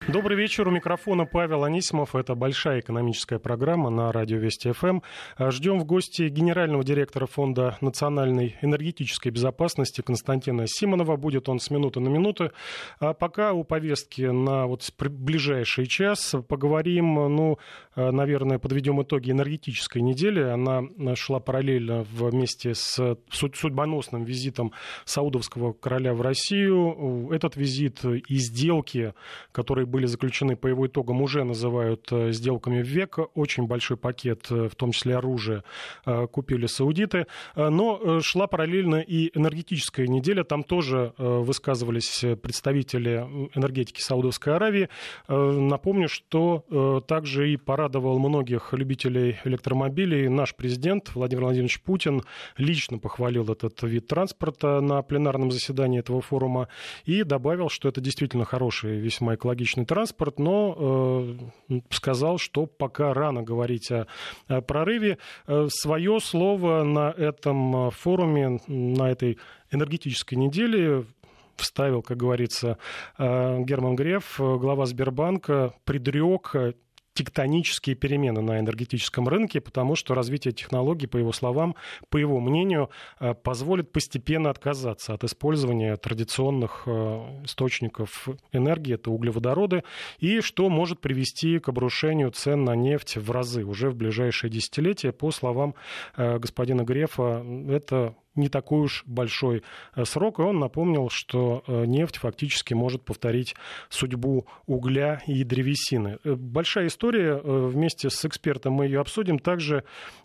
Добрый вечер. У микрофона Павел Анисимов. Это большая экономическая программа на радио Вести ФМ. Ждем в гости генерального директора Фонда национальной энергетической безопасности Константина Симонова. Будет он с минуты на минуту. А пока у повестки на ближайший час поговорим, наверное, подведем итоги энергетической недели. Она шла параллельно вместе с судьбоносным визитом саудовского короля в Россию. Этот визит и сделки, которые были заключены по его итогам, уже называют сделками века. Очень большой пакет, в том числе оружия, купили саудиты. Но шла параллельно и энергетическая неделя. Там тоже высказывались представители энергетики Саудовской Аравии. Напомню, что также и порадовал многих любителей электромобилей наш президент Владимир Владимирович Путин. Лично похвалил этот вид транспорта на пленарном заседании этого форума и добавил, что это действительно хороший, весьма экологичный транспорт, но сказал, что пока рано говорить о прорыве. Свое слово на этом форуме, на этой энергетической неделе вставил, как говорится, Герман Греф, глава Сбербанка, предрек тектонические перемены на энергетическом рынке, потому что развитие технологий, по его словам, по его мнению, позволит постепенно отказаться от использования традиционных источников энергии, это углеводороды, и что может привести к обрушению цен на нефть в разы уже в ближайшие десятилетия. По словам господина Грефа, это не такой уж большой срок, и он напомнил, что нефть фактически может повторить судьбу угля и древесины. Большая история, вместе с экспертом мы ее обсудим. Также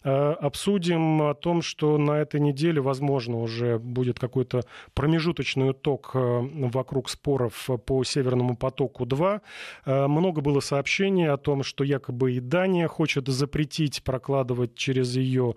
обсудим о том, что на этой неделе, возможно, уже будет какой-то промежуточный итог вокруг споров по Северному потоку-2. Много было сообщений о том, что якобы и Дания хочет запретить прокладывать через ее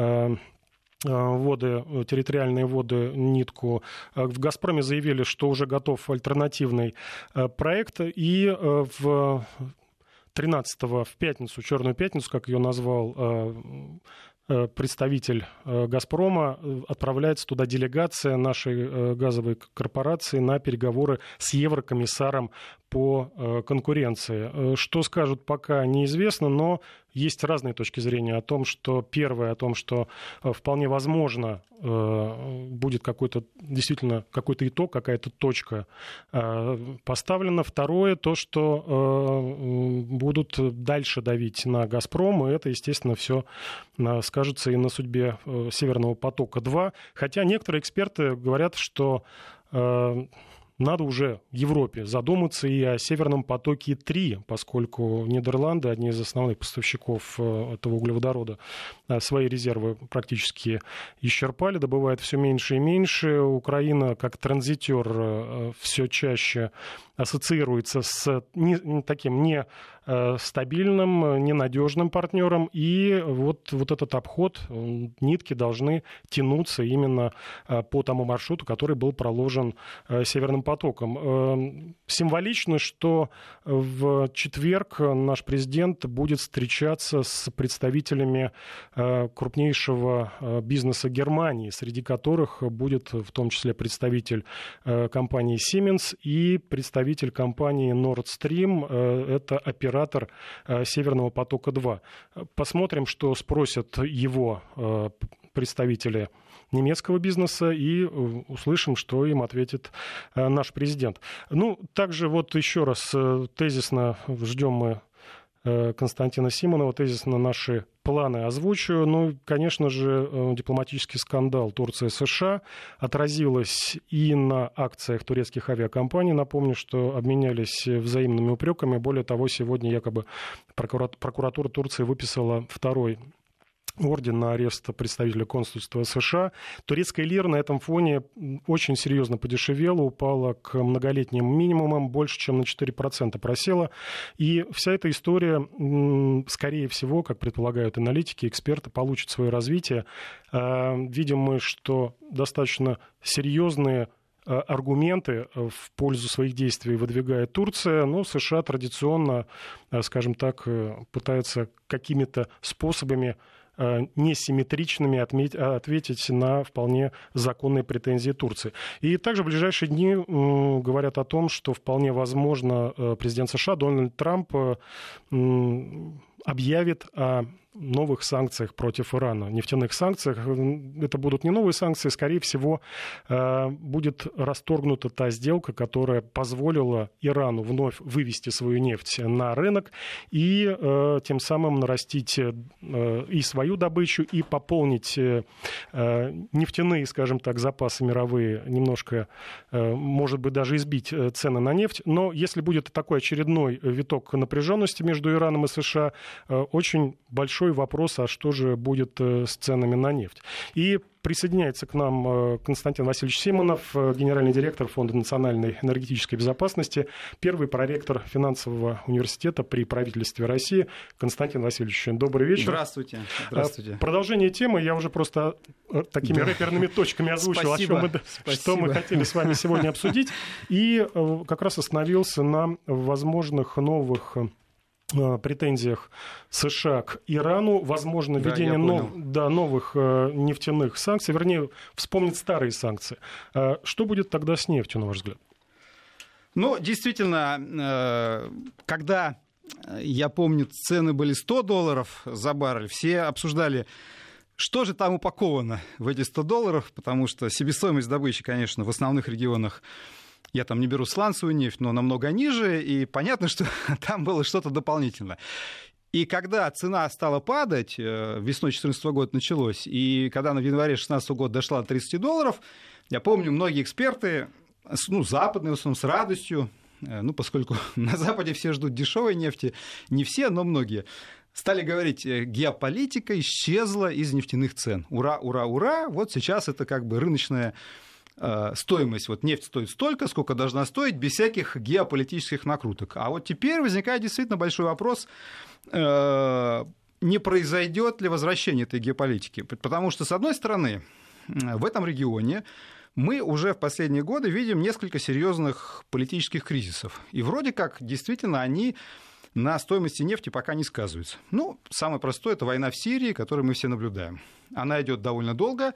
воды, территориальные воды, нитку. В «Газпроме» заявили, что уже готов альтернативный проект. И в 13-го, в пятницу, «Черную пятницу», как ее назвал представитель «Газпрома», отправляется туда делегация нашей газовой корпорации на переговоры с еврокомиссаром по конкуренции. Что скажут, пока неизвестно, но есть разные точки зрения о том, что первое, о том, что вполне возможно будет какой-то действительно какой-то итог, какая-то точка поставлена. Второе, то, что будут дальше давить на «Газпром», и это, естественно, все скажется и на судьбе «Северного потока-2». Хотя некоторые эксперты говорят, что надо уже в Европе задуматься и о «Северном потоке-3», поскольку Нидерланды, одни из основных поставщиков этого углеводорода, свои резервы практически исчерпали, добывает все меньше и меньше. Украина, как транзитер, все чаще ассоциируется с таким нестабильным, ненадежным партнером. И вот этот обход, нитки должны тянуться именно по тому маршруту, который был проложен Северным потоком. Символично, что в четверг наш президент будет встречаться с представителями крупнейшего бизнеса Германии, среди которых будет в том числе представитель компании Siemens и представитель компании Nord Stream, это оператор Северного потока-2. Посмотрим, что спросят его представители немецкого бизнеса, и услышим, что им ответит наш президент. Также еще раз тезисно ждем мы Константина Симонова, тезисно наши планы озвучу. Конечно же, дипломатический скандал Турция-США отразилось и на акциях турецких авиакомпаний. Напомню, что обменялись взаимными упреками. Более того, сегодня якобы прокуратура Турции выписала второй орден на арест представителя консульства США. Турецкая лира на этом фоне очень серьезно подешевела, упала к многолетним минимумам, больше, чем на 4% просела. И вся эта история, скорее всего, как предполагают аналитики, эксперты, получит свое развитие. Видим мы, что достаточно серьезные аргументы в пользу своих действий выдвигает Турция, но США традиционно, скажем так, пытаются какими-то способами несимметричными ответить на вполне законные претензии Турции. И также в ближайшие дни говорят о том, что вполне возможно президент США Дональд Трамп объявит о новых санкциях против Ирана, нефтяных санкциях. Это будут не новые санкции, скорее всего, будет расторгнута та сделка, которая позволила Ирану вновь вывести свою нефть на рынок и тем самым нарастить и свою добычу, и пополнить нефтяные, скажем так, запасы мировые, немножко, может быть, даже избить цены на нефть. Но если будет такой очередной виток напряженности между Ираном и США, очень большой вопрос, а что же будет с ценами на нефть. И присоединяется к нам Константин Васильевич Симонов, генеральный директор Фонда национальной энергетической безопасности, первый проректор финансового университета при правительстве России. Константин Васильевич, добрый вечер. Здравствуйте. Здравствуйте. Продолжение темы я уже просто такими рэперными точками озвучил, что мы хотели с вами сегодня обсудить. И как раз остановился на возможных новых претензиях США к Ирану, возможно, введение новых нефтяных санкций, вернее, вспомнить старые санкции. Что будет тогда с нефтью, на ваш взгляд? Ну, действительно, когда, я помню, цены были $100 за баррель, все обсуждали, что же там упаковано в эти $100, потому что себестоимость добычи, конечно, в основных регионах, я там не беру сланцевую нефть, но намного ниже, и понятно, что там было что-то дополнительное. И когда цена стала падать, весной 2014 года началось, и когда она в январе 2016 года дошла до $30, я помню, многие эксперты, западные в основном, с радостью, поскольку на Западе все ждут дешевой нефти, не все, но многие, стали говорить, геополитика исчезла из нефтяных цен. Ура, ура, ура, вот сейчас это как бы рыночная стоимость, вот нефть стоит столько, сколько должна стоить, без всяких геополитических накруток. А вот теперь возникает действительно большой вопрос, не произойдет ли возвращение этой геополитики. Потому что, с одной стороны, в этом регионе мы уже в последние годы видим несколько серьезных политических кризисов. И вроде как действительно они на стоимости нефти пока не сказываются. Самое простое — это война в Сирии, которую мы все наблюдаем. Она идет довольно долго.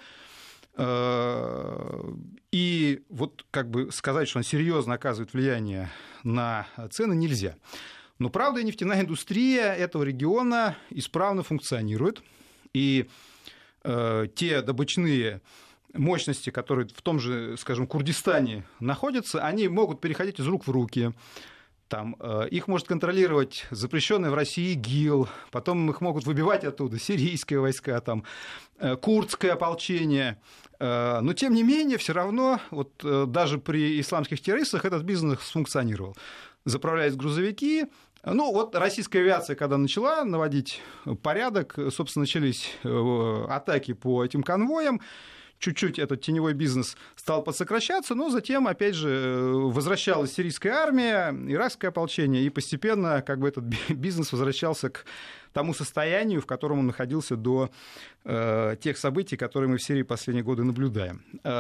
И вот как бы сказать, что он серьезно оказывает влияние на цены, нельзя. Но, правда, нефтяная индустрия этого региона исправно функционирует. И те добычные мощности, которые в том же, скажем, Курдистане находятся, они могут переходить из рук в руки. Там, их может контролировать запрещенный в России ИГИЛ, потом их могут выбивать оттуда сирийские войска, там, курдское ополчение. Но, тем не менее, все равно, вот, даже при исламских террористах этот бизнес функционировал. Заправлялись грузовики. Российская авиация, когда начала наводить порядок, собственно, начались атаки по этим конвоям. Чуть-чуть этот теневой бизнес стал подсокращаться, но затем, опять же, возвращалась сирийская армия, иракское ополчение, и постепенно как бы этот бизнес возвращался к тому состоянию, в котором он находился до тех событий, которые мы в Сирии последние годы наблюдаем.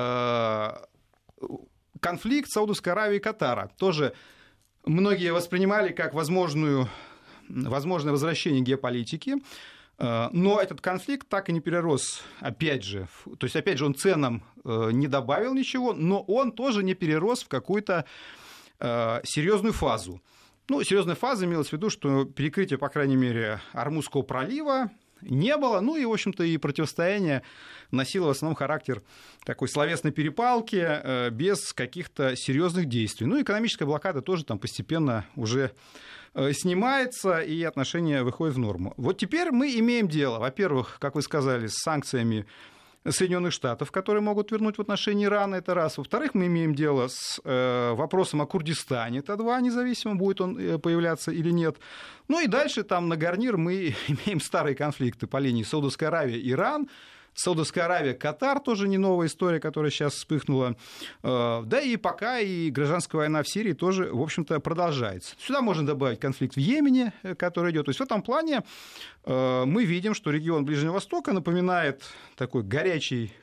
Конфликт Саудовской Аравии и Катара тоже многие воспринимали как возможное возвращение геополитики. Но этот конфликт так и не перерос, опять же, он ценам не добавил ничего, но он тоже не перерос в какую-то серьезную фазу. Серьезная фаза имелась в виду, что перекрытия, по крайней мере, Ормузского пролива не было, и, в общем-то, и противостояние носило в основном характер такой словесной перепалки без каких-то серьезных действий. Экономическая блокада тоже там постепенно уже снимается, и отношения выходят в норму. Вот теперь мы имеем дело, во-первых, как вы сказали, с санкциями Соединенных Штатов, которые могут вернуть в отношении Ирана, это раз. Во-вторых, мы имеем дело с вопросом о Курдистане, это два, независимо, будет он появляться или нет. И дальше там на гарнир мы имеем старые конфликты по линии Саудовская Аравия, Иран, Саудовская Аравия, Катар, тоже не новая история, которая сейчас вспыхнула. Да и пока и гражданская война в Сирии тоже, в общем-то, продолжается. Сюда можно добавить конфликт в Йемене, который идет. То есть в этом плане мы видим, что регион Ближнего Востока напоминает такой горячий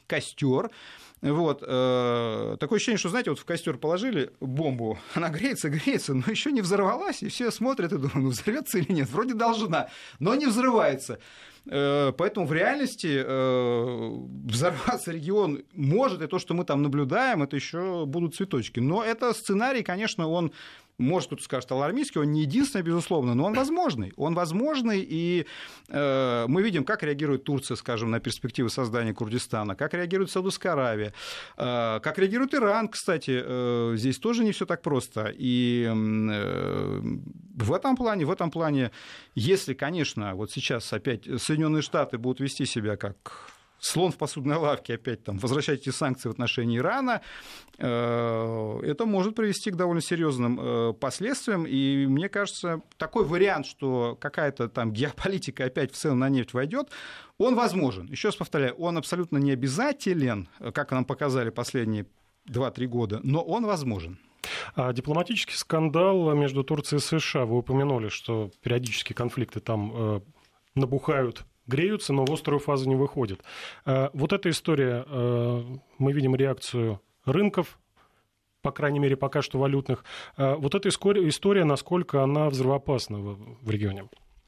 костер. Вот. Такое ощущение, что, знаете, вот в костер положили бомбу, она греется, но еще не взорвалась, и все смотрят и думают, ну взорвется или нет. Вроде должна, но не взрывается. Поэтому в реальности взорваться регион может, и то, что мы там наблюдаем, это еще будут цветочки. Но это сценарий, конечно, он, может, кто-то скажет, алармистский, он не единственный, безусловно, но он возможный. Он возможный, и мы видим, как реагирует Турция, скажем, на перспективы создания Курдистана, как реагирует Саудовская Аравия, как реагирует Иран, кстати, здесь тоже не все так просто. И в этом плане, если, конечно, вот сейчас опять Соединенные Штаты будут вести себя как слон в посудной лавке, опять там возвращать эти санкции в отношении Ирана, это может привести к довольно серьезным последствиям. И мне кажется, такой вариант, что какая-то там геополитика опять в цену на нефть войдет, он возможен. Еще раз повторяю, он абсолютно не обязателен, как нам показали последние 2-3 года, но он возможен. Дипломатический скандал между Турцией и США. Вы упомянули, что периодически конфликты там набухают, греются, но в острую фазу не выходят. Вот эта история, мы видим реакцию рынков, по крайней мере, пока что валютных. Вот эта история, насколько она взрывоопасна в регионе?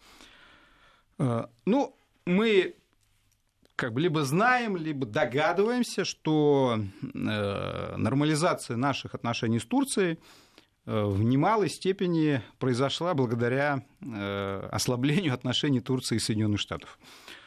Ну, мы как бы либо знаем, либо догадываемся, что нормализация наших отношений с Турцией в немалой степени произошла благодаря ослаблению отношений Турции и Соединенных Штатов.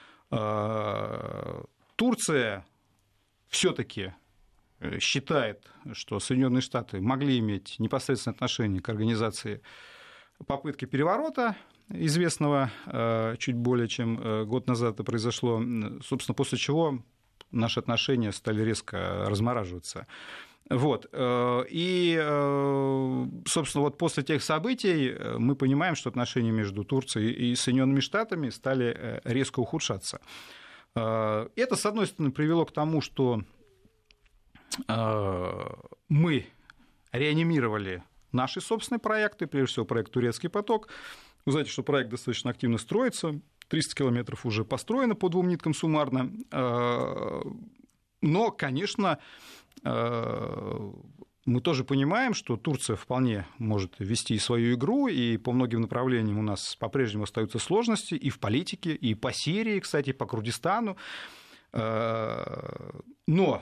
Турция все-таки считает, что Соединенные Штаты могли иметь непосредственное отношение к организации попытки переворота, известного чуть более чем год назад это произошло, собственно, после чего наши отношения стали резко размораживаться. Вот. И, собственно, вот после тех событий мы понимаем, что отношения между Турцией и Соединенными Штатами стали резко ухудшаться. Это, с одной стороны, привело к тому, что мы реанимировали наши собственные проекты, прежде всего проект «Турецкий поток». Вы знаете, что проект достаточно активно строится, 300 километров уже построено по 2 ниткам суммарно. Но, конечно, мы тоже понимаем, что Турция вполне может вести свою игру, и по многим направлениям у нас по-прежнему остаются сложности и в политике, и по Сирии, кстати, и по Курдистану. Но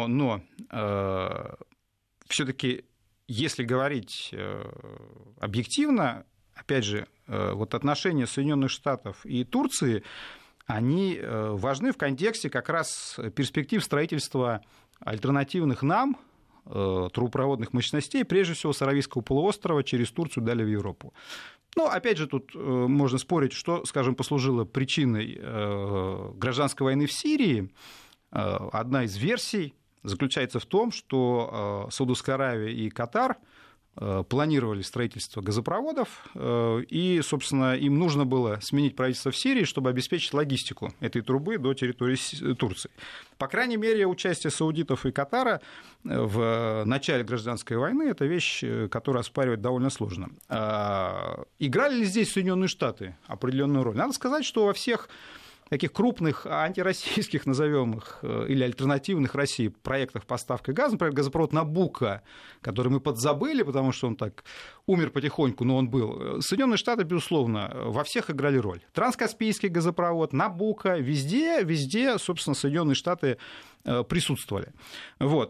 все-таки, если говорить объективно, опять же, вот отношения Соединенных Штатов и Турции, они важны в контексте как раз перспектив строительства альтернативных нам трубопроводных мощностей, прежде всего с Аравийского полуострова через Турцию далее в Европу. Но, опять же, тут можно спорить, что, скажем, послужило причиной гражданской войны в Сирии. Одна из версий заключается в том, что Саудовская Аравия и Катар планировали строительство газопроводов, и, собственно, им нужно было сменить правительство в Сирии, чтобы обеспечить логистику этой трубы до территории Турции. По крайней мере, участие саудитов и Катара в начале гражданской войны – это вещь, которую оспаривать довольно сложно. Играли ли здесь Соединенные Штаты определенную роль? Надо сказать, что во всех таких крупных антироссийских, назовем их, или альтернативных России проектах поставки газа, например, газопровод «Набуко», который мы подзабыли, потому что он так умер потихоньку, но он был. Соединенные Штаты, безусловно, во всех играли роль. Транскаспийский газопровод, «Набуко», везде, собственно, Соединенные Штаты присутствовали. Вот.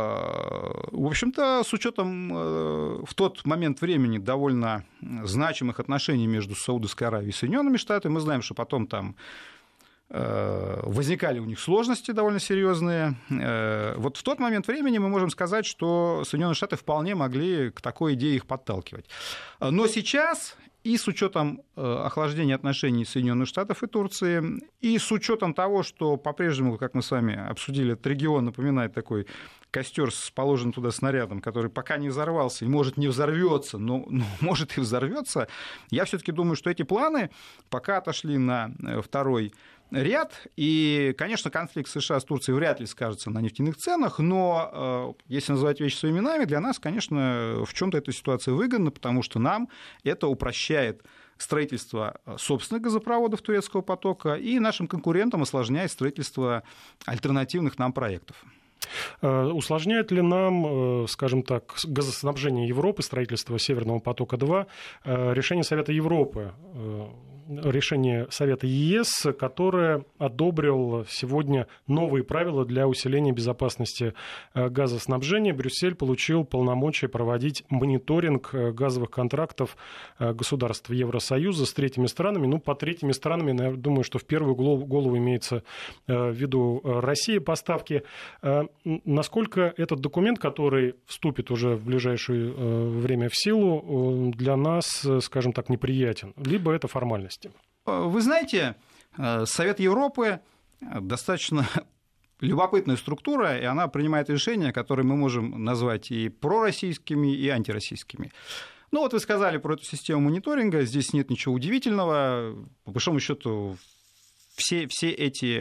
В общем-то, с учетом в тот момент времени довольно значимых отношений между Саудовской Аравией и Соединенными Штатами, мы знаем, что потом там возникали у них сложности довольно серьезные. Вот в тот момент времени мы можем сказать, что Соединенные Штаты вполне могли к такой идее их подталкивать. Но сейчас, и с учетом охлаждения отношений Соединенных Штатов и Турции, и с учетом того, что по-прежнему, как мы с вами обсудили, этот регион напоминает такой костер с положенным туда снарядом, который пока не взорвался и может не взорвется, но может и взорвется, я все-таки думаю, что эти планы пока отошли на второй ряд, и, конечно, конфликт США с Турцией вряд ли скажется на нефтяных ценах, но, если называть вещи своими именами, для нас, конечно, в чем-то эта ситуация выгодна, потому что нам это упрощает строительство собственных газопроводов турецкого потока и нашим конкурентам осложняет строительство альтернативных нам проектов. Усложняет ли нам, скажем так, газоснабжение Европы, строительство Северного потока-2, решение Совета Европы, решение Совета ЕС, которое одобрил сегодня новые правила для усиления безопасности газоснабжения? Брюссель получил полномочия проводить мониторинг газовых контрактов государств Евросоюза с третьими странами. Ну, под третьими странами, я думаю, что в первую голову имеется в виду Россия поставки. Насколько этот документ, который вступит уже в ближайшее время в силу, для нас, скажем так, неприятен? Либо это формальность? Вы знаете, Совет Европы достаточно любопытная структура, и она принимает решения, которые мы можем назвать и пророссийскими, и антироссийскими. Ну вот вы сказали про эту систему мониторинга, здесь нет ничего удивительного. По большому счету все эти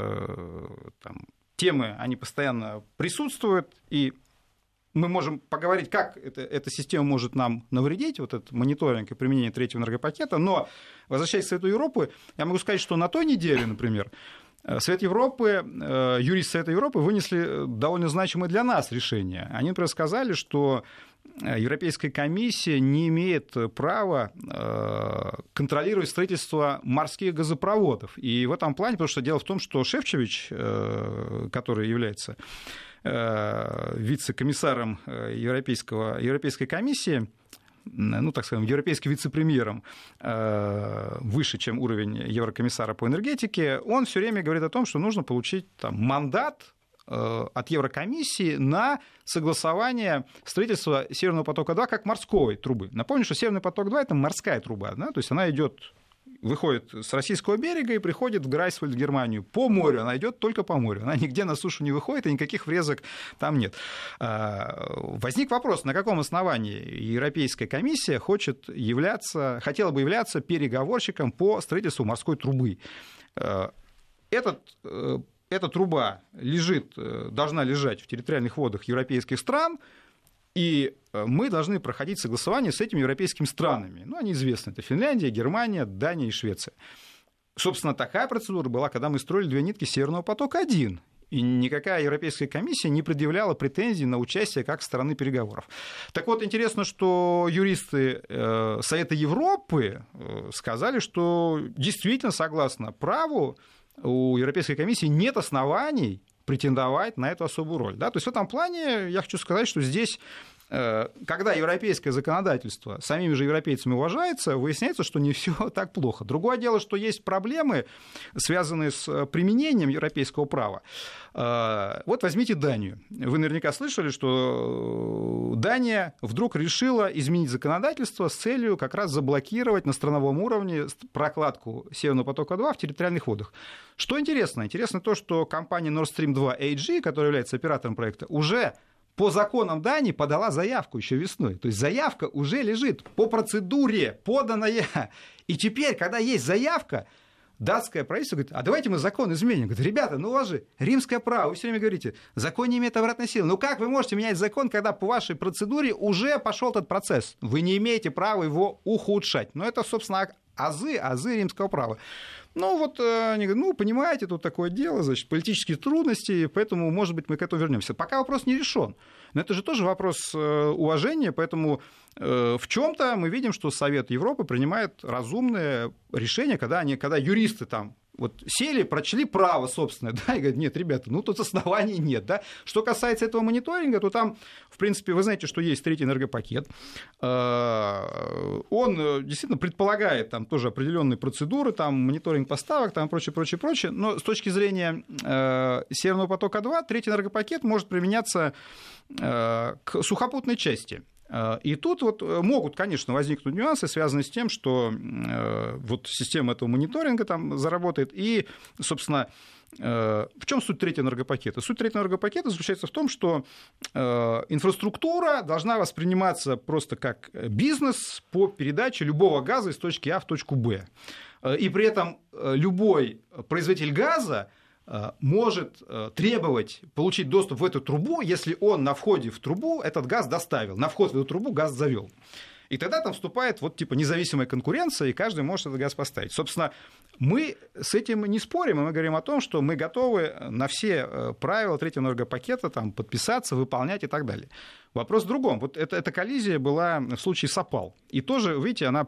темы, они постоянно присутствуют, и мы можем поговорить, как эта система может нам навредить, вот этот мониторинг и применение третьего энергопакета, но, возвращаясь к Совету Европы, я могу сказать, что на той неделе, например, Совет Европы, юристы Совета Европы вынесли довольно значимое для нас решение. Они, например, сказали, что Европейская комиссия не имеет права контролировать строительство морских газопроводов. И в этом плане, потому что дело в том, что Шефчович, который является вице-комиссаром Европейской комиссии, ну, так скажем, европейским вице-премьером выше, чем уровень еврокомиссара по энергетике, он все время говорит о том, что нужно получить там мандат от Еврокомиссии на согласование строительства Северного потока-2 как морской трубы. Напомню, что Северный поток-2 — это морская труба, да? То есть она выходит с российского берега и приходит в Грайсвальд, в Германию. По морю, она идет только по морю. Она нигде на сушу не выходит, и никаких врезок там нет. Возник вопрос, на каком основании Европейская комиссия хотела бы являться переговорщиком по строительству морской трубы. Эта труба должна лежать в территориальных водах европейских стран, и мы должны проходить согласование с этими европейскими странами. Ну, они известны. Это Финляндия, Германия, Дания и Швеция. Собственно, такая процедура была, когда мы строили 2 нитки Северного потока-1. И никакая Европейская комиссия не предъявляла претензий на участие как стороны переговоров. Так вот, интересно, что юристы Совета Европы сказали, что действительно, согласно праву, у Европейской комиссии нет оснований претендовать на эту особую роль. Да? То есть в этом плане я хочу сказать, что здесь, когда европейское законодательство самими же европейцами уважается, выясняется, что не все так плохо. Другое дело, что есть проблемы, связанные с применением европейского права. Вот возьмите Данию. Вы наверняка слышали, что Дания вдруг решила изменить законодательство с целью как раз заблокировать на страновом уровне прокладку Северного потока-2 в территориальных водах. Что интересно? Интересно то, что компания Nord Stream 2 AG, которая является оператором проекта, уже по законам Дании подала заявку еще весной. То есть заявка уже лежит по процедуре, поданная. И теперь, когда есть заявка, датское правительство говорит: а давайте мы закон изменим. Говорит: ребята, ну у вас же римское право, вы все время говорите, закон не имеет обратной силы. Ну как вы можете менять закон, когда по вашей процедуре уже пошел этот процесс? Вы не имеете права его ухудшать. Но это, собственно, азы римского права. Ну вот они говорят: ну понимаете, тут такое дело, значит, политические трудности, поэтому, может быть, мы к этому вернемся. Пока вопрос не решен. Но это же тоже вопрос уважения, поэтому в чем-то мы видим, что Совет Европы принимает разумное решение, когда юристы там вот сели, прочли право собственное, да, и говорят: нет, ребята, ну тут оснований нет, да. Что касается этого мониторинга, то там, в принципе, вы знаете, что есть третий энергопакет. Он действительно предполагает там тоже определенные процедуры, там мониторинг поставок, там прочее, но с точки зрения Северного потока-2 третий энергопакет может применяться к сухопутной части. И тут вот могут, конечно, возникнуть нюансы, связанные с тем, что вот система этого мониторинга там заработает. И, собственно, в чем суть третьего энергопакета? Суть третьего энергопакета заключается в том, что инфраструктура должна восприниматься просто как бизнес по передаче любого газа из точки А в точку Б. И при этом любой производитель газа может требовать получить доступ в эту трубу, если он на входе в трубу этот газ доставил, на вход в эту трубу газ завел. И тогда там вступает вот типа независимая конкуренция, и каждый может этот газ поставить. Собственно, мы с этим не спорим, и мы говорим о том, что мы готовы на все правила третьего энергопакета там, подписаться, выполнять и так далее. Вопрос в другом. Вот эта коллизия была в случае с ОПАЛ. И тоже, видите, она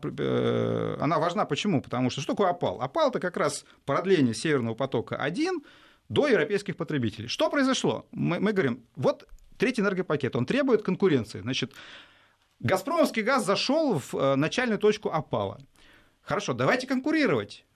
важна. Почему? Потому что такое ОПАЛ? ОПАЛ – это как раз продление Северного потока-1 до европейских потребителей. Что произошло? Мы говорим, вот третий энергопакет, он требует конкуренции. Значит, газпромовский газ зашел в начальную точку ОПАЛа. Хорошо, давайте конкурировать.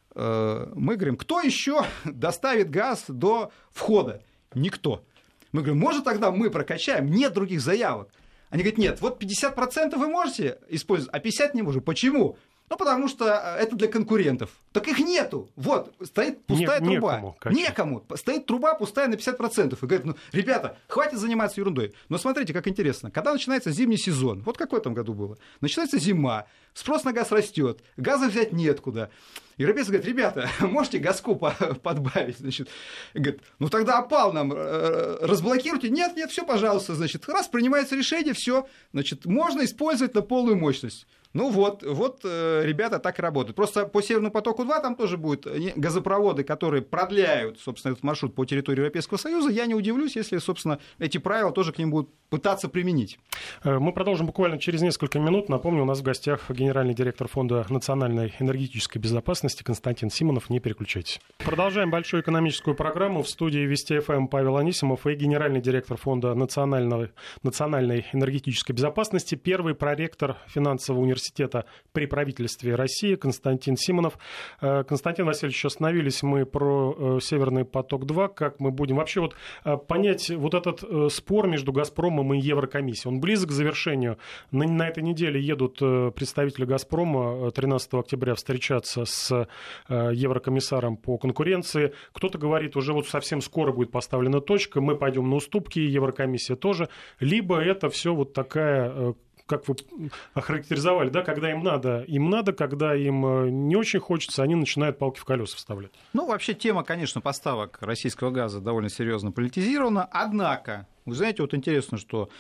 Мы говорим, кто еще доставит газ до входа? Никто. Мы говорим, может, тогда мы прокачаем? Нет других заявок. Они говорят, нет, вот 50% вы можете использовать, а 50% не можем. Почему? Ну, потому что это для конкурентов. Так их нету. Вот, стоит пустая труба. Некому. Стоит труба пустая на 50%. И говорят, ну, ребята, хватит заниматься ерундой. Но смотрите, как интересно. Когда начинается зимний сезон, вот как в этом году было, начинается зима, спрос на газ растет, газа взять неоткуда. Европейцы говорят, ребята, можете газку подбавить? Значит, говорят, ну тогда ОПАЛ нам разблокируйте. Нет, все, пожалуйста. Значит, раз принимается решение, все, значит, можно использовать на полную мощность. Ну вот, ребята так и работают. Просто по Северному потоку-2 там тоже будут газопроводы, которые продляют, собственно, этот маршрут по территории Европейского Союза. Я не удивлюсь, если, собственно, эти правила тоже к ним будут пытаться применить. Мы продолжим буквально через несколько минут. Напомню, у нас в гостях генеральный директор Фонда национальной энергетической безопасности Константин Симонов. Не переключайтесь. Продолжаем большую экономическую программу. В студии Вести ФМ Павел Анисимов и генеральный директор Фонда национальной энергетической безопасности, первый проректор финансового университета при правительстве России Константин Симонов. Константин Васильевич, остановились мы про Северный поток-2. Как мы будем вообще вот понять вот этот спор между «Газпромом» и Еврокомиссией? Он близок к завершению. На этой неделе едут представители «Газпрома» 13 октября встречаться с еврокомиссаром по конкуренции. Кто-то говорит, уже вот совсем скоро будет поставлена точка, мы пойдем на уступки, Еврокомиссия тоже. Либо это все вот такая... как вы охарактеризовали, да, когда им надо, когда им не очень хочется, они начинают палки в колеса вставлять. Ну, вообще тема, конечно, поставок российского газа довольно серьезно политизирована, однако, вы знаете, вот интересно, что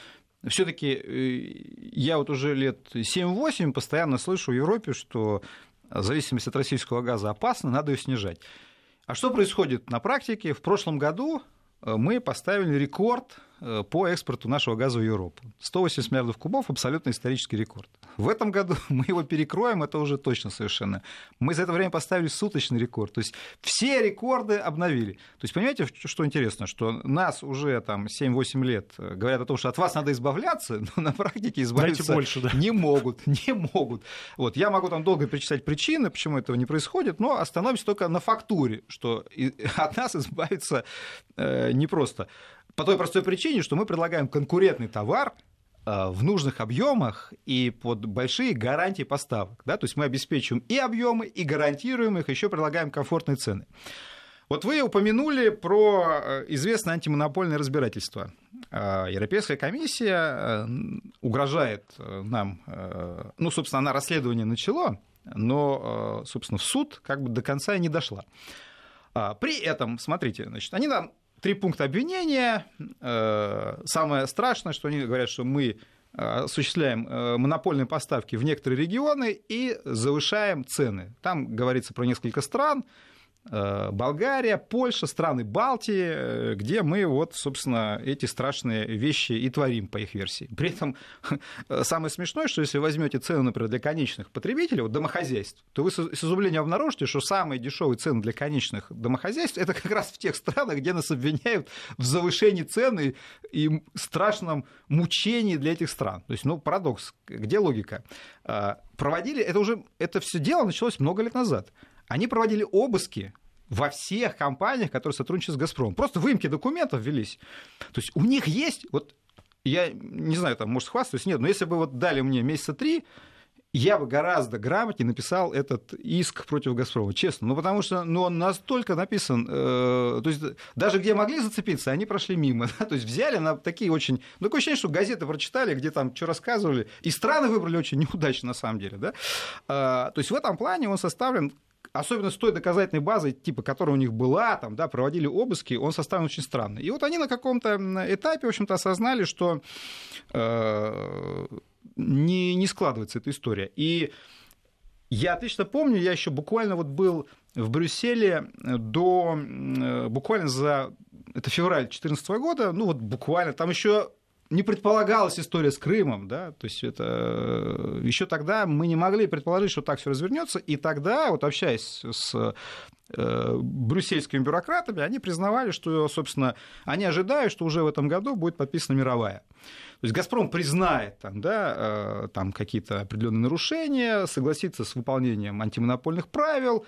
все-таки я вот уже лет 7-8 постоянно слышу в Европе, что зависимость от российского газа опасна, надо ее снижать. А что происходит на практике? В прошлом году мы поставили рекорд по экспорту нашего газа в Европу. 180 миллиардов кубов – абсолютно исторический рекорд. В этом году мы его перекроем, это уже точно совершенно. Мы за это время поставили суточный рекорд. То есть все рекорды обновили. То есть понимаете, что интересно? Что нас уже там 7-8 лет говорят о том, что от вас надо избавляться, но на практике избавиться больше, да? не могут. Вот. Я могу там долго перечислять причины, почему этого не происходит, но остановимся только на фактуре, что от нас избавиться непросто. По той простой причине, что мы предлагаем конкурентный товар в нужных объемах и под большие гарантии поставок. Да? То есть мы обеспечиваем и объемы, и гарантируем их, еще предлагаем комфортные цены. Вот вы упомянули про известное антимонопольное разбирательство. Европейская комиссия угрожает нам, ну, собственно, она расследование начала, но, собственно, в суд как бы до конца и не дошла. При этом, смотрите, значит, они нам 3 пункта обвинения. Самое страшное, что они говорят, что мы осуществляем монопольные поставки в некоторые регионы и завышаем цены. Там говорится про несколько стран. Болгария, Польша, страны Балтии, где мы вот, собственно, эти страшные вещи и творим, по их версии. При этом самое смешное, что если возьмете цены, например, для конечных потребителей, вот домохозяйств, то вы с изумлением обнаружите, что самые дешевые цены для конечных домохозяйств это как раз в тех странах, где нас обвиняют в завышении цены и страшном мучении для этих стран. То есть, ну, парадокс, где логика? Проводили, это все дело началось много лет назад. Они проводили обыски во всех компаниях, которые сотрудничают с «Газпромом». Просто выемки документов велись. То есть у них есть, вот я не знаю, там, может, хвастаюсь, нет, но если бы вот дали мне месяца 3, я бы гораздо грамотнее написал этот иск против «Газпрома», честно. Ну, потому что он настолько написан, то есть даже где могли зацепиться, они прошли мимо. Да? То есть взяли на такие очень... Ну, такое ощущение, что газеты прочитали, где там что рассказывали, и страны выбрали очень неудачно, на самом деле. Да? То есть в этом плане он составлен, особенно с той доказательной базой, типа, которая у них была, там, да, проводили обыски, он составлен очень странно. И вот они на каком-то этапе, в общем-то, осознали, что не складывается эта история. И я отлично помню, я еще буквально вот был в Брюсселе буквально это февраль 2014 года, ну вот буквально, там еще не предполагалась история с Крымом, да, то есть это еще тогда мы не могли предположить, что так все развернется, и тогда, вот общаясь с брюссельскими бюрократами, они признавали, что, собственно, они ожидают, что уже в этом году будет подписана мировая. То есть «Газпром» признает там какие-то определенные нарушения, согласится с выполнением антимонопольных правил.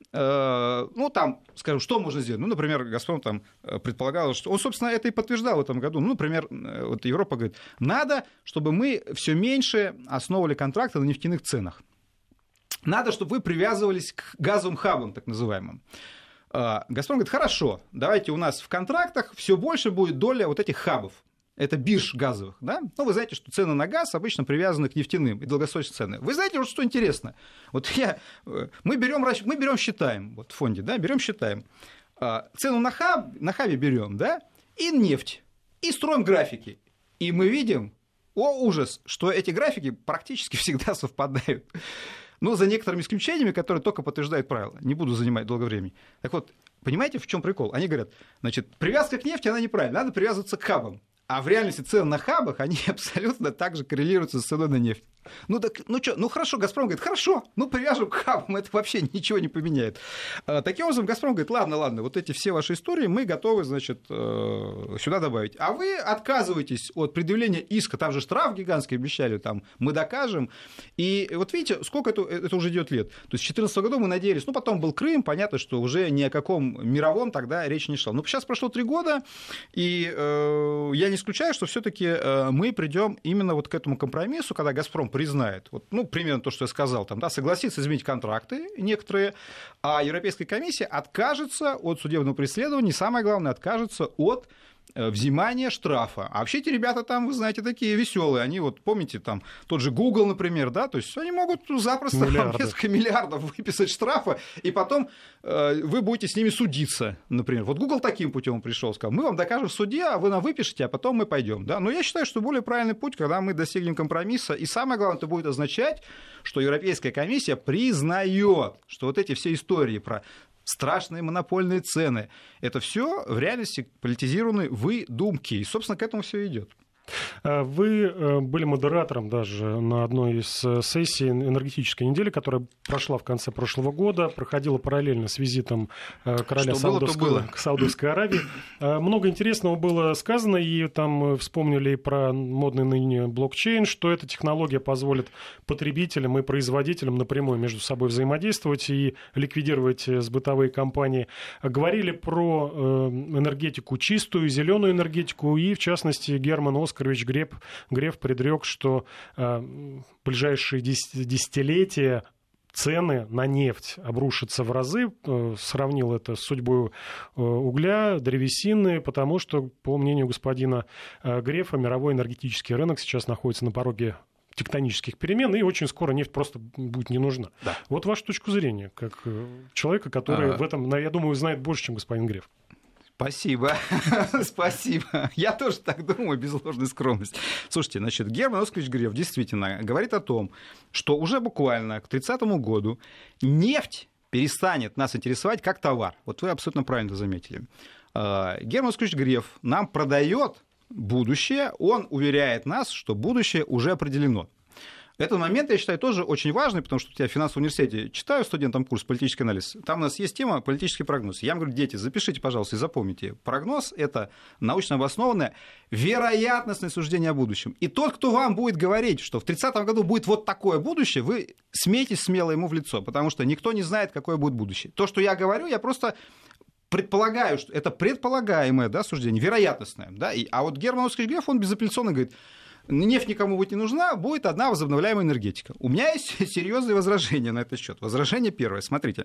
Ну, там, скажем, что можно сделать? Ну, например, «Газпром» там предполагал, что он, собственно, это и подтверждал в этом году. Ну, например, вот Европа говорит, надо, чтобы мы все меньше основывали контракты на нефтяных ценах. Надо, чтобы вы привязывались к газовым хабам, так называемым. «Газпром» говорит, хорошо, давайте у нас в контрактах все больше будет доля вот этих хабов. Это бирж газовых, да? Ну, вы знаете, что цены на газ обычно привязаны к нефтяным и долгосрочные цены. Вы знаете, вот что интересно? Вот мы берем, считаем, вот в фонде, да, берем, считаем. Цену на хабе берем, да, и нефть, и строим графики. И мы видим, ужас, что эти графики практически всегда совпадают. Но за некоторыми исключениями, которые только подтверждают правила. Не буду занимать долго времени. Так вот, понимаете, в чем прикол? Они говорят, значит, привязка к нефти, она неправильная, надо привязываться к хабам. А в реальности цены на хабах, они абсолютно так же коррелируются с ценой на нефть. Ну хорошо, «Газпром» говорит, хорошо, привяжем к хабам, это вообще ничего не поменяет. Таким образом, «Газпром» говорит, ладно, вот эти все ваши истории мы готовы, значит, сюда добавить. А вы отказываетесь от предъявления иска, там же штраф гигантский обещали, там мы докажем. И вот видите, сколько это уже идет лет. То есть в 2014 году мы надеялись, потом был Крым, понятно, что уже ни о каком мировом тогда речи не шла. Но сейчас прошло 3 года, и я не исключаю, что все-таки мы придем именно вот к этому компромиссу, когда «Газпром» признает, примерно то, что я сказал, согласится изменить контракты некоторые, а Европейская комиссия откажется от судебного преследования, и самое главное, откажется от взимания штрафа. А вообще эти ребята там, вы знаете, такие веселые. Они помните, там тот же Google, например, да, то есть они могут запросто несколько миллиардов выписать штрафа, и потом вы будете с ними судиться, например. Вот Google таким путем пришел, сказал, мы вам докажем в суде, а вы нам выпишите, а потом мы пойдем. Да? Но я считаю, что более правильный путь, когда мы достигнем компромисса, и самое главное, это будет означать, что Европейская комиссия признает, что вот эти все истории про страшные монопольные цены. Это все в реальности политизированные выдумки. И, собственно, к этому все идет. Вы были модератором даже на одной из сессий энергетической недели, которая прошла в конце прошлого года, проходила параллельно с визитом короля Саудовской Аравии. Много интересного было сказано, и там вспомнили про модный ныне блокчейн, что эта технология позволит потребителям и производителям напрямую между собой взаимодействовать и ликвидировать сбытовые компании. Говорили про энергетику чистую, зеленую энергетику, и, в частности, Герман Оскарович Греф предрек, что в ближайшие десятилетия цены на нефть обрушатся в разы, сравнил это с судьбой угля, древесины, потому что, по мнению господина Грефа, мировой энергетический рынок сейчас находится на пороге тектонических перемен, и очень скоро нефть просто будет не нужна. Да. Вот ваша точка зрения, как человека, который в этом, я думаю, знает больше, чем господин Греф. Спасибо, спасибо. Я тоже так думаю, без ложной скромности. Слушайте, значит, Герман Оскарович Греф действительно говорит о том, что уже буквально к 30 году нефть перестанет нас интересовать как товар. Вот вы абсолютно правильно заметили. Герман Оскарович Греф нам продает будущее, он уверяет нас, что будущее уже определено. Этот момент, я считаю, тоже очень важный, потому что я в финансовом университете читаю студентам курс «Политический анализ». Там у нас есть тема «Политический прогноз». Я им говорю, дети, запишите, пожалуйста, и запомните. Прогноз – это научно обоснованное вероятностное суждение о будущем. И тот, кто вам будет говорить, что в 30-м году будет вот такое будущее, вы смейтесь смело ему в лицо, потому что никто не знает, какое будет будущее. То, что я говорю, я просто предполагаю, что это предполагаемое, да, суждение, вероятностное. Да? А вот Герман Оскарович Греф, он безапелляционно говорит, нефть никому будет не нужна, будет одна возобновляемая энергетика. У меня есть серьезные возражения на этот счет. Возражение первое. Смотрите,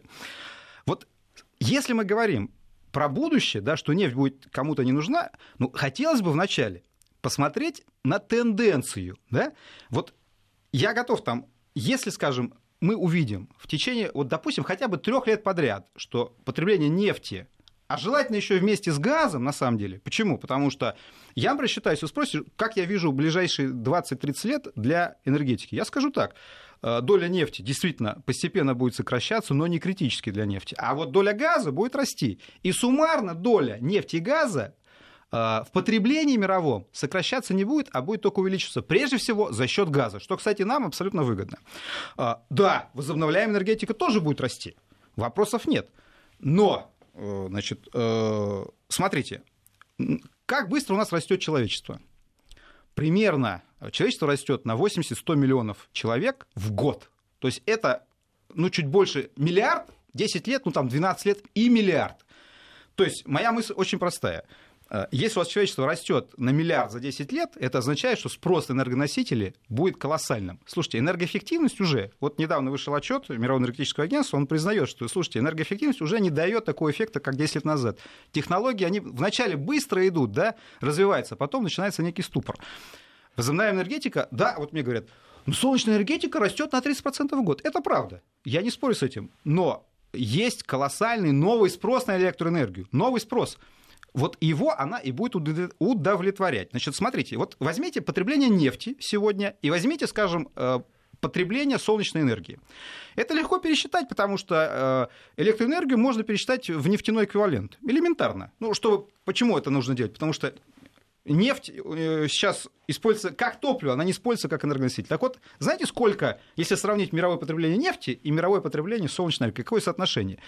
вот если мы говорим про будущее, да, что нефть будет кому-то не нужна, хотелось бы вначале посмотреть на тенденцию. Да? Вот я готов если, скажем, мы увидим в течение, допустим, хотя бы 3 лет подряд, что потребление нефти А желательно еще вместе с газом, на самом деле. Почему? Потому что я, например, считаю, если вы спросите, как я вижу ближайшие 20-30 лет для энергетики, я скажу так. Доля нефти действительно постепенно будет сокращаться, но не критически для нефти. А вот доля газа будет расти. И суммарно доля нефти и газа в потреблении мировом сокращаться не будет, а будет только увеличиваться. Прежде всего за счет газа, что, кстати, нам абсолютно выгодно. Да, возобновляемая энергетика тоже будет расти. Вопросов нет. Но, значит, смотрите, как быстро у нас растет человечество. Примерно человечество растет на 80-100 миллионов человек в год. То есть это, чуть больше миллиард, 10 лет, 12 лет и миллиард. То есть моя мысль очень простая. Если у вас человечество растет на миллиард за 10 лет, это означает, что спрос на энергоносители будет колоссальным. Слушайте, энергоэффективность уже, вот недавно вышел отчет Мирового энергетического агентства, он признает, что, слушайте, энергоэффективность уже не дает такого эффекта, как 10 лет назад. Технологии, они вначале быстро идут, да, развиваются, а потом начинается некий ступор. Возобновляемая энергетика, да, вот мне говорят, солнечная энергетика растет на 30% в год. Это правда, я не спорю с этим, но есть колоссальный новый спрос на электроэнергию, новый спрос. Вот его она и будет удовлетворять. Значит, смотрите, вот возьмите потребление нефти сегодня и возьмите, скажем, потребление солнечной энергии. Это легко пересчитать, потому что электроэнергию можно пересчитать в нефтяной эквивалент. Элементарно. Почему это нужно делать? Потому что нефть сейчас используется как топливо, она не используется как энергоноситель. Так вот, знаете, сколько, если сравнить мировое потребление нефти и мировое потребление солнечной энергии, какое соотношение?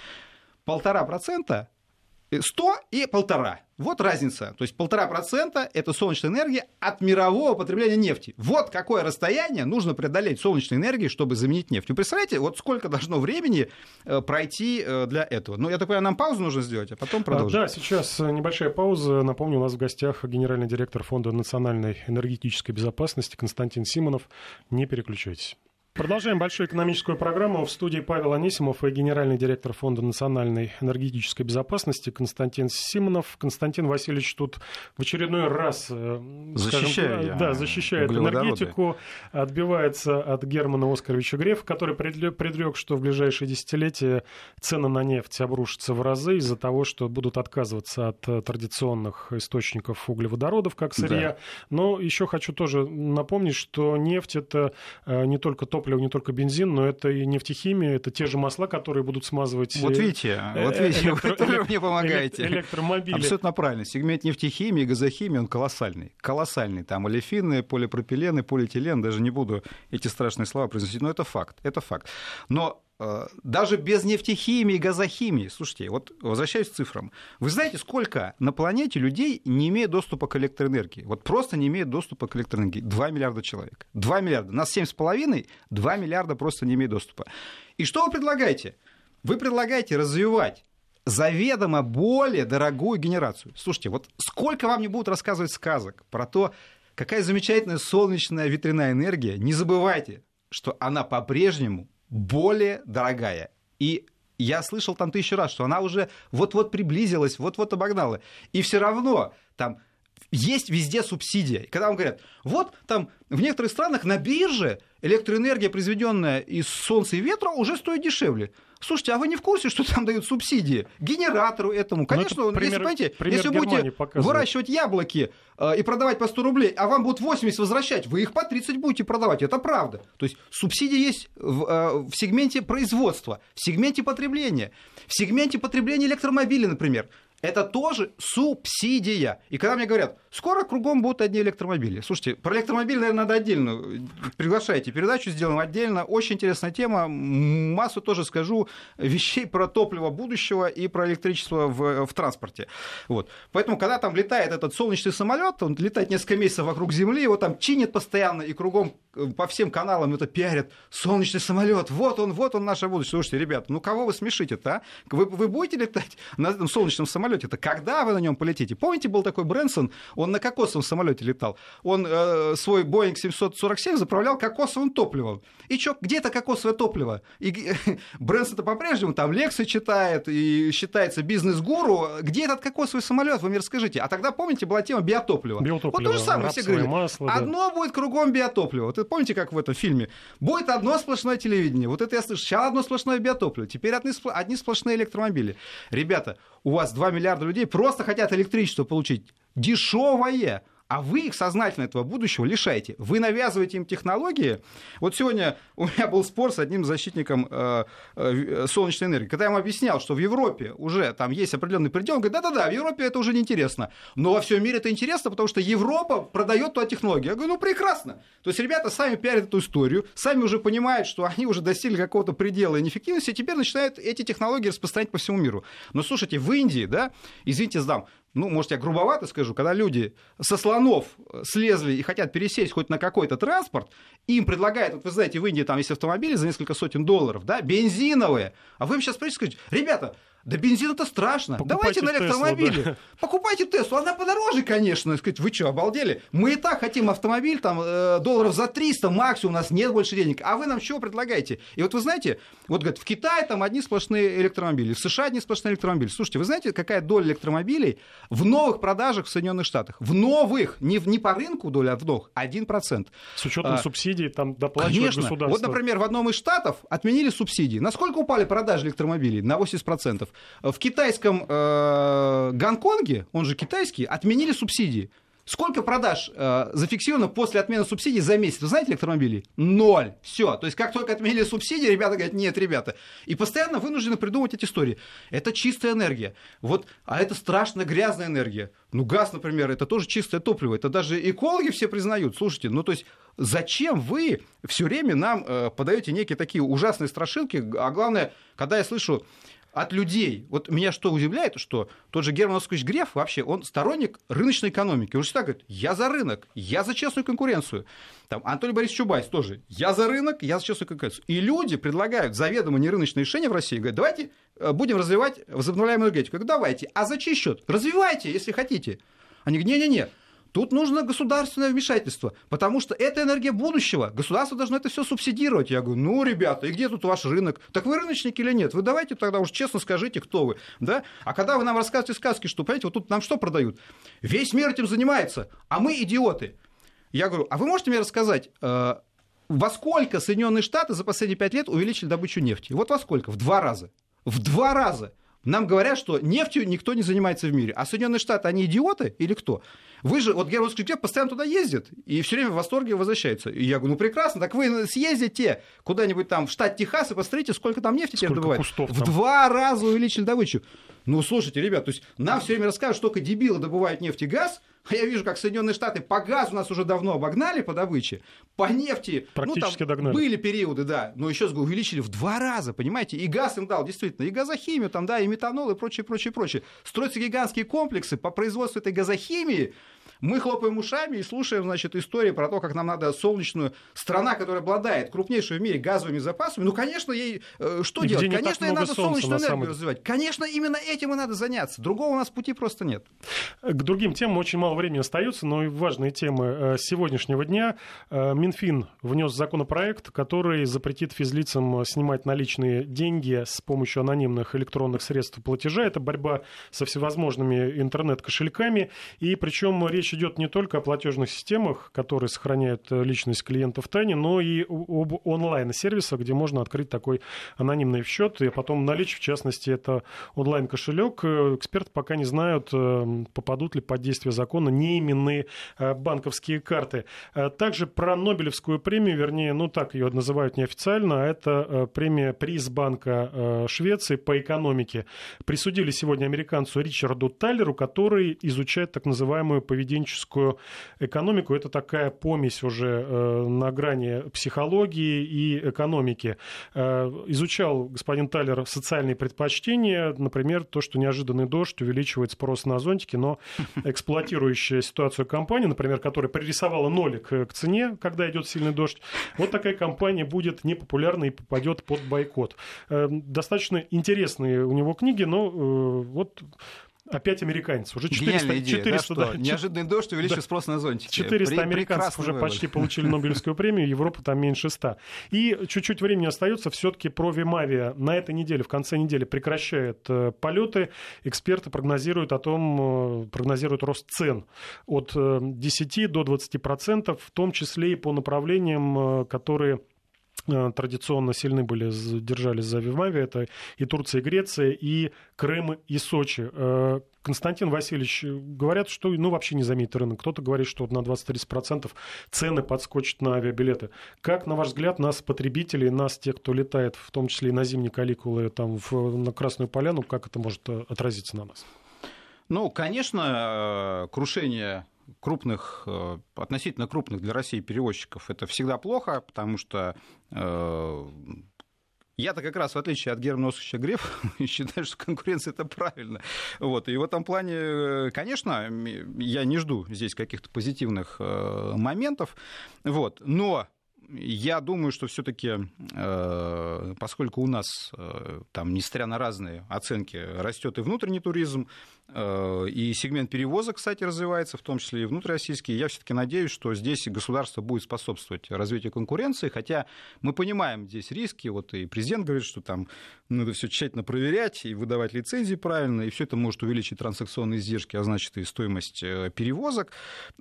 1,5%. 100 и 1,5. Вот разница. То есть 1,5% это солнечная энергия от мирового потребления нефти. Вот какое расстояние нужно преодолеть солнечной энергии, чтобы заменить нефть. Вы представляете, вот сколько должно времени пройти для этого? Я так понимаю, нам паузу нужно сделать, а потом продолжим. Да, сейчас небольшая пауза. Напомню, у нас в гостях генеральный директор Фонда национальной энергетической безопасности Константин Симонов. Не переключайтесь. Продолжаем большую экономическую программу. В студии Павел Анисимов и генеральный директор Фонда национальной энергетической безопасности Константин Симонов. Константин Васильевич тут в очередной раз защищает энергетику, отбивается от Германа Оскаровича Грефа, который предрек, что в ближайшие десятилетия цены на нефть обрушатся в разы из-за того, что будут отказываться от традиционных источников углеводородов, как сырья. Да. Но еще хочу тоже напомнить, что нефть — это не только топливо, не только бензин, но это и нефтехимия, это те же масла, которые будут смазывать... Вот видите, вы тоже мне помогаете. Электромобили. Абсолютно правильно. Сегмент нефтехимии, газохимии, он колоссальный. Колоссальный. Там олефины, полипропилены, полиэтилен, даже не буду эти страшные слова произносить, но это факт. Это факт. Но даже без нефтехимии, газохимии, слушайте, вот возвращаясь к цифрам, вы знаете, сколько на планете людей не имеет доступа к электроэнергии? Вот просто не имеет доступа к электроэнергии. 2 миллиарда человек. 2 миллиарда. Нас 7,5, 2 миллиарда просто не имеет доступа. И что вы предлагаете? Вы предлагаете развивать заведомо более дорогую генерацию. Слушайте, вот сколько вам не будут рассказывать сказок про то, какая замечательная солнечная ветряная энергия, не забывайте, что она по-прежнему более дорогая. И я слышал там 1000 раз, что она уже вот-вот приблизилась, вот-вот обогнала. И все равно там есть везде субсидия. И когда вам говорят, вот там в некоторых странах на бирже электроэнергия, произведенная из солнца и ветра, уже стоит дешевле. Слушайте, а вы не в курсе, что там дают субсидии генератору этому? Конечно, если будете выращивать яблоки и продавать по 100 рублей, а вам будут 80 возвращать, вы их по 30 будете продавать. Это правда. То есть субсидии есть в сегменте производства, в сегменте потребления. В сегменте потребления электромобилей, например. Это тоже субсидия. И когда мне говорят, скоро кругом будут одни электромобили. Слушайте, про электромобили, наверное, надо отдельно. Приглашайте, передачу сделаем отдельно. Очень интересная тема. Массу тоже скажу вещей про топливо будущего и про электричество в транспорте. Вот. Поэтому, когда там летает этот солнечный самолет, он летает несколько месяцев вокруг Земли, его там чинят постоянно, и кругом по всем каналам это пиарят. Солнечный самолет, вот он наше будущее. Слушайте, ребята, кого вы смешите-то, а? Вы будете летать на этом солнечном самолете? Это когда вы на нем полетите? Помните, был такой Брэнсон, он на кокосовом самолете летал. Он свой Boeing 747 заправлял кокосовым топливом. И что, где это кокосовое топливо? И Брэнсон-то по-прежнему там лекции читает и считается бизнес-гуру. Где этот кокосовый самолет? Вы мне расскажите. А тогда, помните, была тема биотоплива. Вот то же самое все говорили. Масло, одно будет кругом биотопливо. Вот помните, как в этом фильме? Будет одно сплошное телевидение. Вот это я слышу. Сейчас одно сплошное биотопливо. Теперь одни сплошные электромобили. Ребята, у вас 2 миллиарда людей просто хотят электричество получить дешевое. А вы их сознательно этого будущего лишаете. Вы навязываете им технологии. Вот сегодня у меня был спор с одним защитником солнечной энергии. Когда я ему объяснял, что в Европе уже там есть определенный предел, он говорит, да-да-да, в Европе это уже неинтересно. Но во всем мире это интересно, потому что Европа продает туда технологии. Я говорю, ну прекрасно. То есть ребята сами пиарят эту историю, сами уже понимают, что они уже достигли какого-то предела неэффективности, и теперь начинают эти технологии распространять по всему миру. Но слушайте, в Индии, да, извините, сдам, ну, может, я грубовато скажу, когда люди со слонов слезли и хотят пересесть хоть на какой-то транспорт, им предлагают, вот вы знаете, в Индии там есть автомобили за несколько сотен $, да, бензиновые, а вы им сейчас придете и скажете, ребята, да бензин-то страшно, Покупайте давайте на электромобиле. Теслу, да. Покупайте Теслу, она подороже, конечно. Сказать, вы что, обалдели? Мы и так хотим автомобиль, там, $300 максимум, у нас нет больше денег. А вы нам чего предлагаете? И вот вы знаете, вот говорят, в Китае там одни сплошные электромобили, в США одни сплошные электромобили. Слушайте, вы знаете, какая доля электромобилей в новых продажах в Соединенных Штатах? В новых, не по рынку доля, а в новых, 1%. С учетом субсидий, там доплачивает Конечно. государство. Вот, например, в одном из штатов отменили субсидии. Насколько упали продажи электромобилей? На 80%. В китайском Гонконге, он же китайский, отменили субсидии. Сколько продаж зафиксировано после отмены субсидий за месяц? Вы знаете электромобилей? 0. Все. То есть, как только отменили субсидии, ребята говорят, нет, ребята. И постоянно вынуждены придумывать эти истории. Это чистая энергия. Вот, а это страшно грязная энергия. Ну, газ, например, это тоже чистое топливо. Это даже экологи все признают. Слушайте, ну, то есть, зачем вы все время нам подаете некие такие ужасные страшилки? А главное, когда я слышу от людей. Вот меня что удивляет, что тот же Герман Оскарович Греф вообще, он сторонник рыночной экономики. Он всегда говорит, я за рынок, я за честную конкуренцию. Там Анатолий Борисович Чубайс тоже, я за рынок, я за честную конкуренцию. И люди предлагают заведомо нерыночные решения в России, говорят, давайте будем развивать возобновляемую энергетику. Я говорю, давайте, а за чей счет? Развивайте, если хотите. Они говорят, не-не-не. Тут нужно государственное вмешательство, потому что это энергия будущего. Государство должно это все субсидировать. Я говорю, ну, ребята, и где тут ваш рынок? Так вы рыночники или нет? Вы давайте тогда уж честно скажите, кто вы. Да? А когда вы нам рассказываете сказки, что, понимаете, вот тут нам что продают? Весь мир этим занимается, а мы идиоты. Я говорю, а вы можете мне рассказать, во сколько Соединенные Штаты за последние 5 лет увеличили добычу нефти? Вот во сколько? В 2 раза. В 2 раза. Нам говорят, что нефтью никто не занимается в мире. А Соединенные Штаты, они идиоты или кто? Вы же, вот Герман Оскарович постоянно туда ездит и все время в восторге возвращается. И я говорю, ну прекрасно, так вы съездите куда-нибудь там в штат Техас и посмотрите, сколько там нефти теперь добывают. В 2 раза увеличили добычу. Ну, слушайте, ребят, то есть нам все время рассказывают, что только дебилы добывают нефть и газ, а я вижу, как Соединенные Штаты по газу нас уже давно обогнали по добыче, по нефти, практически ну, там догнали. Были периоды, да, но еще раз говорю, увеличили в 2 раза, понимаете, и газ им дал, действительно, и газохимию, там, да, и метанол, и прочее, прочее, прочее. Строятся гигантские комплексы по производству этой газохимии. Мы хлопаем ушами и слушаем, значит, истории про то, как нам надо солнечную страна, которая обладает крупнейшей в мире газовыми запасами. Ну, конечно, ей что делать? Конечно, ей надо солнечную энергию развивать. Конечно, именно этим и надо заняться. Другого у нас пути просто нет. К другим темам очень мало времени остается, но и важные темы сегодняшнего дня. Минфин внес законопроект, который запретит физлицам снимать наличные деньги с помощью анонимных электронных средств платежа. Это борьба со всевозможными интернет-кошельками. И причем речь идет не только о платежных системах, которые сохраняют личность клиента в тайне, но и об онлайн-сервисах, где можно открыть такой анонимный счет и потом наличие, в частности, это онлайн-кошелек. Эксперты пока не знают, попадут ли под действие закона неименные банковские карты. Также про Нобелевскую премию, вернее, ну так ее называют неофициально, это премия приз Банка Швеции по экономике. Присудили сегодня американцу Ричарду Таллеру, который изучает так называемую поведенческую экономику. Это такая помесь уже на грани психологии и экономики. Изучал господин Таллер социальные предпочтения, например, то, что неожиданный дождь увеличивает спрос на зонтики, но эксплуатирующая ситуацию компания, например, которая пририсовала нолик к цене, когда идет сильный дождь, вот такая компания будет непопулярна и попадет под бойкот. Достаточно интересные у него книги, но вот... Опять американец. Уже 400, идея, 400 да, неожиданный дождь увеличивает спрос на зонтики. 400 американцев уже почти получили Нобелевскую премию, Европа там меньше 100. И чуть-чуть времени остается все-таки про Вимавия. На этой неделе, в конце недели прекращает полеты. Эксперты прогнозируют рост цен от 10 до 20%, в том числе и по направлениям, которые традиционно сильны были, держались за Авиамавиа, это и Турция, и Греция, и Крым, и Сочи. Константин Васильевич, говорят, что вообще не заметит рынок. Кто-то говорит, что на 20-30% цены подскочат на авиабилеты. Как, на ваш взгляд, нас, потребителей, нас, тех, кто летает, в том числе и на зимние каникулы на Красную Поляну, как это может отразиться на нас? Конечно, крушение относительно крупных для России перевозчиков, это всегда плохо, потому что я-то как раз, в отличие от Германа Оскаровича Грефа, считаю, что конкуренция — это правильно. И в этом плане, конечно, я не жду здесь каких-то позитивных моментов, но я думаю, что все-таки, поскольку у нас, несмотря на разные оценки, растет и внутренний туризм, и сегмент перевозок, кстати, развивается, в том числе и внутрироссийский, я все-таки надеюсь, что здесь государство будет способствовать развитию конкуренции, хотя мы понимаем здесь риски, и президент говорит, что там надо все тщательно проверять и выдавать лицензии правильно, и все это может увеличить транзакционные издержки, а значит и стоимость перевозок.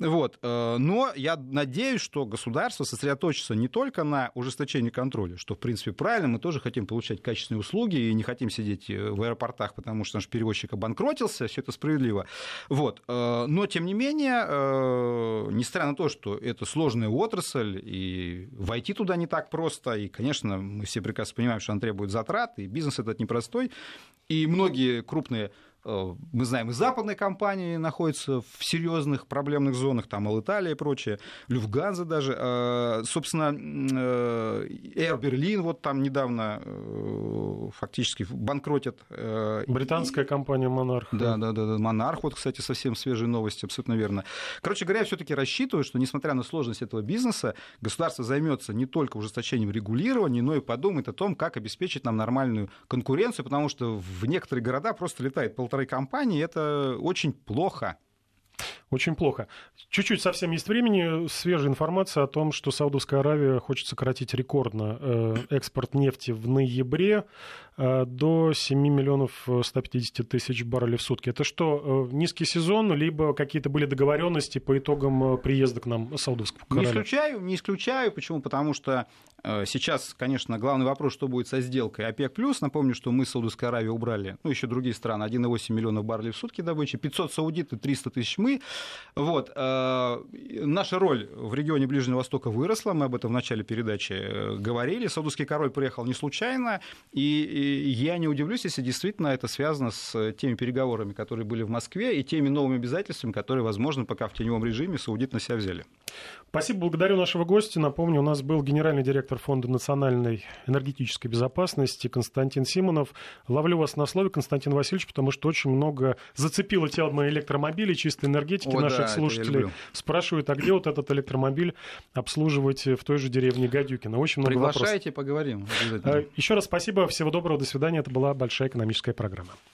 Но я надеюсь, что государство сосредоточится не только на ужесточении контроля, что, в принципе, правильно, мы тоже хотим получать качественные услуги и не хотим сидеть в аэропортах, потому что наш перевозчик обанкротился, все это справедливо. Но, тем не менее, несмотря на то, что это сложная отрасль, и войти туда не так просто, и, конечно, мы все прекрасно понимаем, что она требует затрат, и бизнес этот непростой, и многие крупные, мы знаем, и западные компании находятся в серьезных проблемных зонах, там Алиталия и прочее, Люфтганза даже. Собственно, Air Berlin там недавно фактически банкротят. Британская компания «Монарх». Да, «Монарх», кстати, совсем свежие новости, абсолютно верно. Короче говоря, я все-таки рассчитываю, что, несмотря на сложность этого бизнеса, государство займется не только ужесточением регулирования, но и подумает о том, как обеспечить нам нормальную конкуренцию, потому что в некоторые города просто летает полторы компании, это очень плохо. Очень плохо. Чуть-чуть совсем есть времени. Свежая информация о том, что Саудовская Аравия хочет сократить рекордно экспорт нефти в ноябре до 7 миллионов 150 тысяч баррелей в сутки. Это что, низкий сезон, либо какие-то были договоренности по итогам приезда к нам Саудовского короля? Не исключаю. Почему? Потому что сейчас, конечно, главный вопрос, что будет со сделкой ОПЕК+. Напомню, что мы с Саудовской Аравией убрали, еще другие страны, 1,8 миллиона баррелей в сутки добычи, 500 саудиты, 300 тысяч мы. Наша роль в регионе Ближнего Востока выросла, мы об этом в начале передачи говорили. Саудовский король приехал не случайно, и я не удивлюсь, если действительно это связано с теми переговорами, которые были в Москве, и теми новыми обязательствами, которые, возможно, пока в теневом режиме саудиты на себя взяли. Спасибо, благодарю нашего гостя. Напомню, у нас был генеральный директор Фонда национальной энергетической безопасности Константин Симонов. Ловлю вас на слове, Константин Васильевич, потому что очень много зацепило тема электромобилей, чистой энергетики наших слушателей. Спрашивают, а где этот электромобиль обслуживать в той же деревне Гадюкино? Очень много вопросов. Приглашайте, поговорим. Еще раз спасибо, всего доброго, до свидания. Это была «Большая экономическая программа».